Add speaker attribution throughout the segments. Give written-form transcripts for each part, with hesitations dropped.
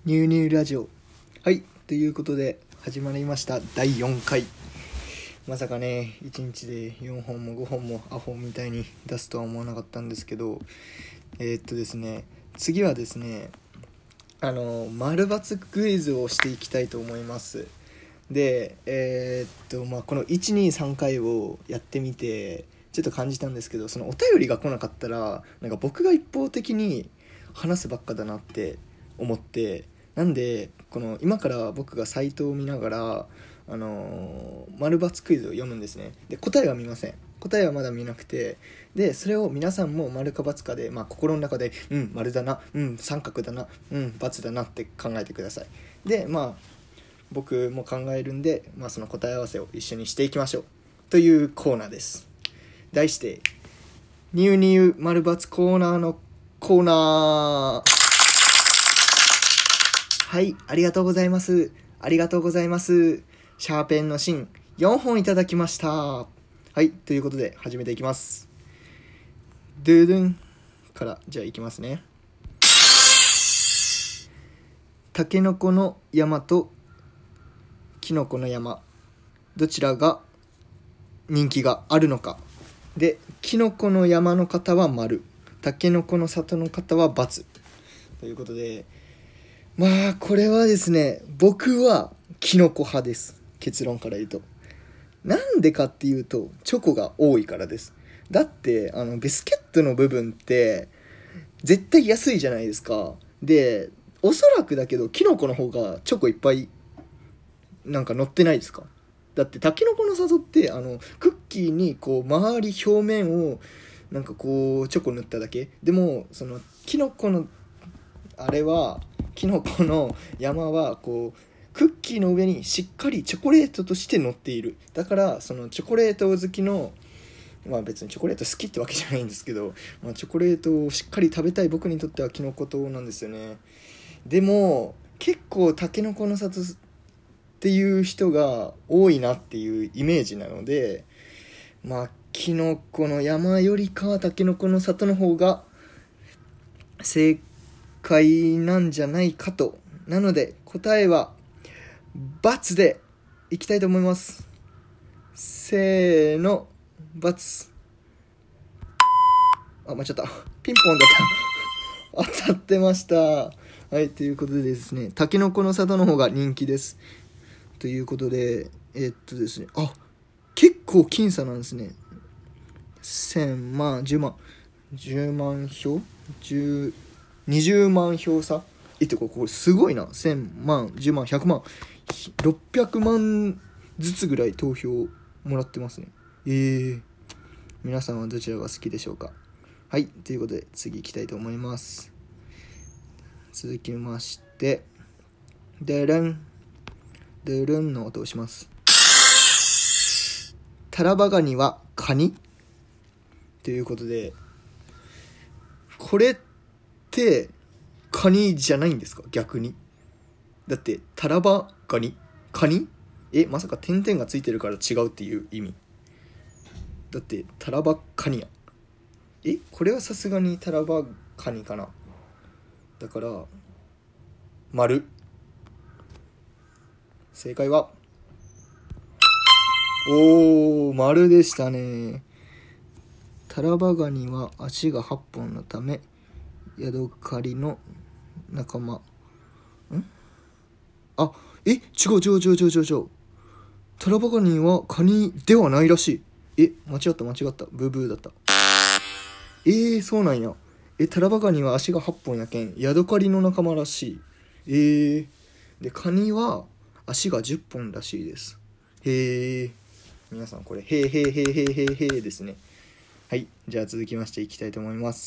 Speaker 1: ニューニューラジオ。はい、ということで始まりました第4回。まさかね、1日で4本も5本もアホみたいに出すとは思わなかったんですけど、ですね、次はですね、丸×クイズをしていきたいと思います。で、この1、2、3回をやってみてちょっと感じたんですけど、そのお便りが来なかったらなんか僕が一方的に話すばっかだなって思って、なんでこの今から僕がサイトを見ながら丸×クイズを読むんですね。で、答えは見ません。答えはまだ見なくて、でそれを皆さんも丸か×かで、心の中で丸だな、三角だな、×だなって考えてください。で僕も考えるんで、その答え合わせを一緒にしていきましょうというコーナーです。題してニューニュー丸×コーナーのコーナー。はい、ありがとうございます。ありがとうございます。シャーペンの芯4本いただきました。はい、ということで始めていきます。ドゥドゥンからじゃあいきますね。タケノコの山とキノコの山、どちらが人気があるのか。で、キノコの山の方は丸、タケノコの里の方は×ということで、これはですね、僕はキノコ派です。結論から言うと、なんでかっていうとチョコが多いからです。だってビスケットの部分って絶対安いじゃないですか。で、おそらくだけどキノコの方がチョコいっぱいなんか乗ってないですか。だってタケノコの里ってクッキーにこう周り表面をなんかこうチョコ塗っただけでも、そのキノコのあれはキノコの山はこうクッキーの上にしっかりチョコレートとして乗っている。だからそのチョコレート好きの、別にチョコレート好きってわけじゃないんですけど、チョコレートをしっかり食べたい僕にとってはキノコ島なんですよね。でも結構タケノコの里っていう人が多いなっていうイメージなので、キノコの山よりかはタケノコの里の方が正解なんじゃないかと。なので答えは×でいきたいと思います。せーの、×。間違った。ピンポンだった当たってました。はい、ということでですね、タケノコの里の方が人気ですということで、ですね、結構僅差なんですね。1000万、10万、10万票、20万票差。これすごいな。1000万、10万、100万、600万ずつぐらい投票もらってますね。皆さんはどちらが好きでしょうか。はい、ということで次行きたいと思います。続きまして、デレンデレンの音をします。タラバガニはカニということで、これってカニじゃないんですか。逆にだってタラバガニカニ、まさか点々がついてるから違うっていう意味。だってタラバカニや。これはさすがにタラバカニかな。だから丸。正解は丸でしたね。タラバガニは足が8本のためヤドカリの仲間。違う。タラバガニはカニではないらしい。間違った。ブーブーだった。そうなんや。タラバガニは足が8本やけんヤドカリの仲間らしい。で、カニは足が10本らしいです。皆さんこれへーですね。はい、じゃあ続きましていきたいと思います。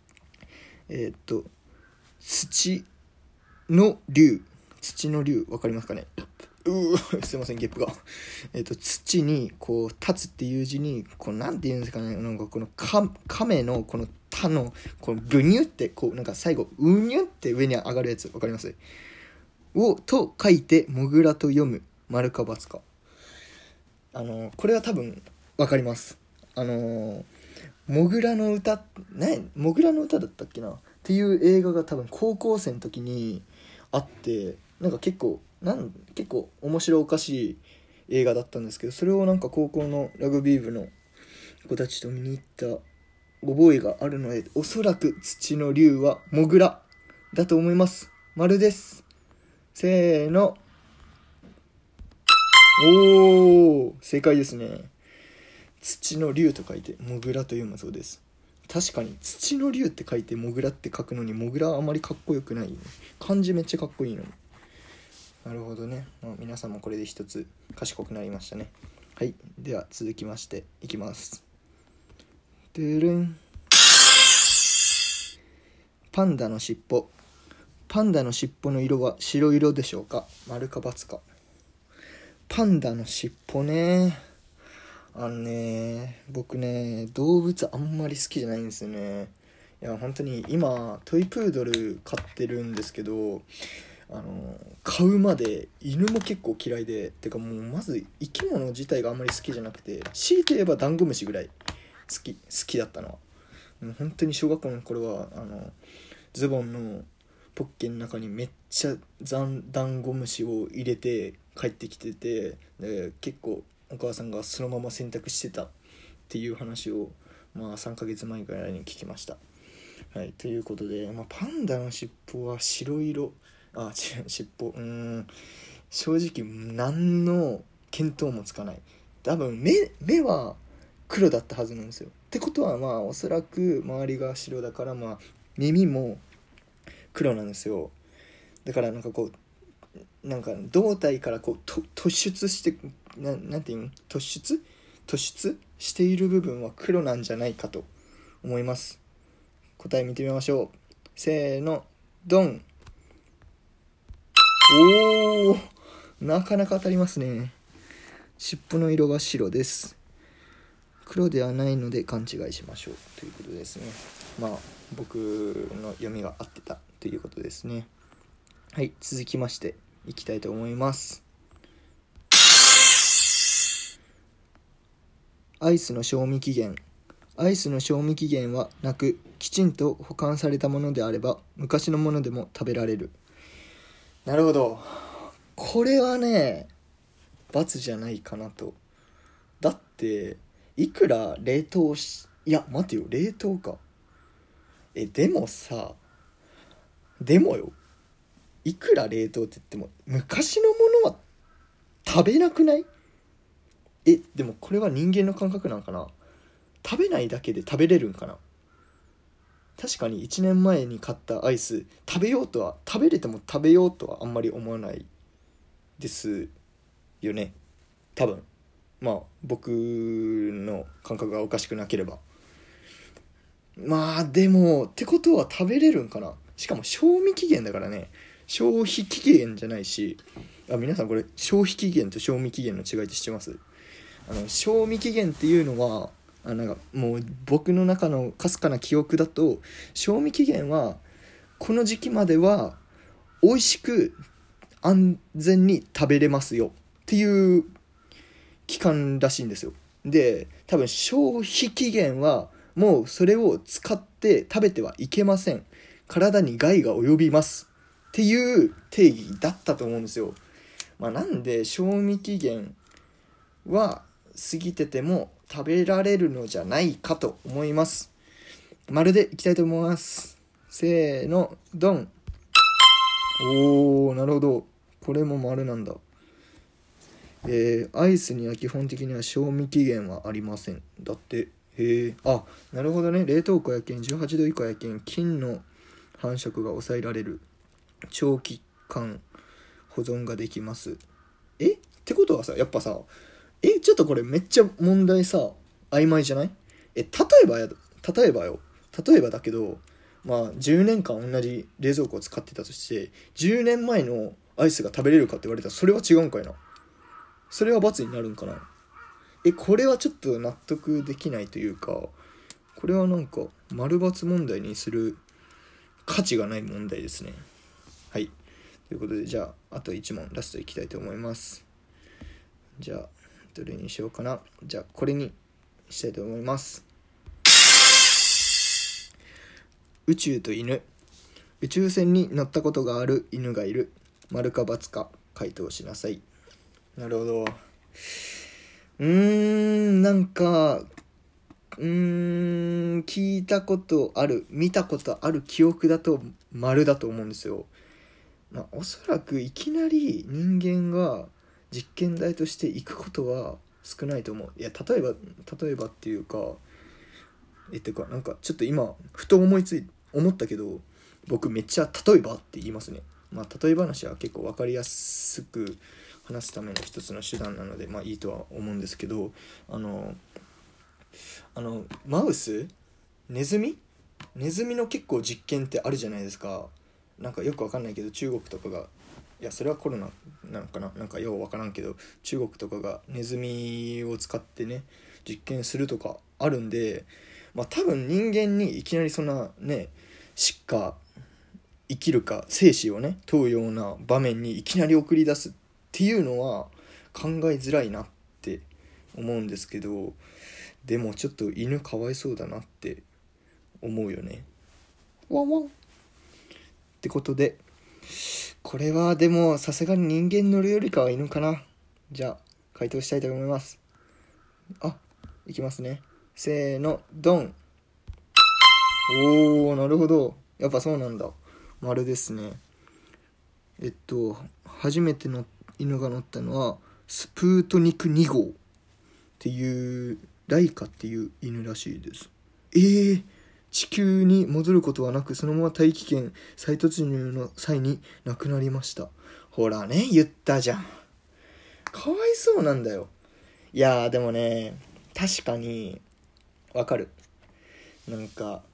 Speaker 1: 土の竜わかりますかね。すいません、ゲップが。土にこう立つっていう字にこうなんて言うんですかね、なんかこの亀のこの田のこのブニュってこうなんか最後うにゅって上に上がるやつわかります？と書いてモグラと読む。丸か×か。これは多分わかります。モグラの歌だったっけなっていう映画が多分高校生の時にあって、なんか結構面白おかしい映画だったんですけど、それをなんか高校のラグビー部の子たちと見に行った覚えがあるので、おそらく土の竜はモグラだと思います。丸です。せーの。おー、正解ですね。土の竜と書いてモグラと読むそうです。確かに土の竜って書いてモグラって書くのに、モグラはあまりかっこよくない、漢字めっちゃかっこいいのに。なるほどね、皆さんもこれで一つ賢くなりましたね。はい、では続きましていきます。でるん。パンダの尻尾。パンダの尻尾の色は白色でしょうか？丸か×か。パンダの尻尾ね。僕ね、動物あんまり好きじゃないんですよね。いや本当に今トイプードル飼ってるんですけど、飼うまで犬も結構嫌いで、てかもうまず生き物自体があんまり好きじゃなくて、強いて言えばダンゴムシぐらい好きだったのは、もう本当に小学校の頃はズボンのポッケの中にめっちゃダンゴムシを入れて帰ってきてて、で結構お母さんがそのまま洗濯してたっていう話を3ヶ月前ぐらいに聞きました。はい、ということで、パンダの尻尾は白色、尻尾正直何の見当もつかない。多分目は黒だったはずなんですよ。ってことはおそらく周りが白だから、耳も黒なんですよ。だからなんか胴体から突出してなんていうの、突出している部分は黒なんじゃないかと思います。答え見てみましょう。せーの、ドン。おー、なかなか当たりますね。尻尾の色は白です。黒ではないので勘違いしましょうということですね。僕の読みが合ってたということですね。はい、続きましていきたいと思います。アイスの賞味期限。アイスの賞味期限はなく、きちんと保管されたものであれば昔のものでも食べられる。なるほど、これはね×じゃないかなと。だっていくら冷凍いや待てよ、冷凍か。でもよ、いくら冷凍って言っても昔のものは食べなくない？でもこれは人間の感覚なんかな。食べないだけで食べれるんかな。確かに1年前に買ったアイス食べれても食べようとはあんまり思わないですよね、多分。僕の感覚がおかしくなければ。でもってことは食べれるんかな。しかも賞味期限だからね、消費期限じゃないし。皆さんこれ消費期限と賞味期限の違いって知ってます？賞味期限っていうのはなんかもう僕の中のかすかな記憶だと、賞味期限はこの時期までは美味しく安全に食べれますよっていう期間らしいんですよ。で多分消費期限はもうそれを使って食べてはいけません、体に害が及びますっていう定義だったと思うんですよ。なんで賞味期限は過ぎてても食べられるのじゃないかと思います。丸でいきたいと思います。せーの、ドン。なるほど、これも丸なんだ。アイスには基本的には賞味期限はありませんだって。なるほどね。冷凍庫やけん18度以下やけん菌の繁殖が抑えられる、長期間保存ができます。ってことはさ、やっぱさ、ちょっとこれめっちゃ問題さ曖昧じゃない？例えばだけど、10年間同じ冷蔵庫を使ってたとして、10年前のアイスが食べれるかって言われたらそれは違うんかいな。それは×になるんかな。これはちょっと納得できないというか、これはなんか丸×問題にする価値がない問題ですね。はい、ということで、じゃああと1問ラストいきたいと思います。じゃあどれにしようかな。じゃあこれにしたいと思います。宇宙と犬。 宇宙船に乗ったことがある犬がいる。丸か×か回答しなさい。なるほど。なんか聞いたことある、見たことある記憶だと丸だと思うんですよ。おそらくいきなり人間が実験台として行くことは少ないと思う。いや、例えばっていうかなんかちょっと今ふと思ったけど、僕めっちゃ例えばって言いますね。例え話は結構分かりやすく話すための一つの手段なのでいいとは思うんですけど、マウス、ネズミの結構実験ってあるじゃないですか。なんかよくわかんないけど中国とかが、いやそれはコロナなのかな、なんかようわからんけど中国とかがネズミを使ってね実験するとかあるんで、多分人間にいきなりそんなね死か生きるか生死をね問うような場面にいきなり送り出すっていうのは考えづらいなって思うんですけど、でもちょっと犬かわいそうだなって思うよね。ワンワンってことで、これはでもさすがに人間乗るよりかは犬かな。じゃあ回答したいと思います。いきますね。せーのドン。おー、なるほど、やっぱそうなんだ。丸ですね。初めての犬が乗ったのはスプートニク2号っていうライカっていう犬らしいです。地球に戻ることはなく、そのまま大気圏再突入の際に亡くなりました。ほらね、言ったじゃん。かわいそうなんだよ。いやでもね、確かにわかる。なんか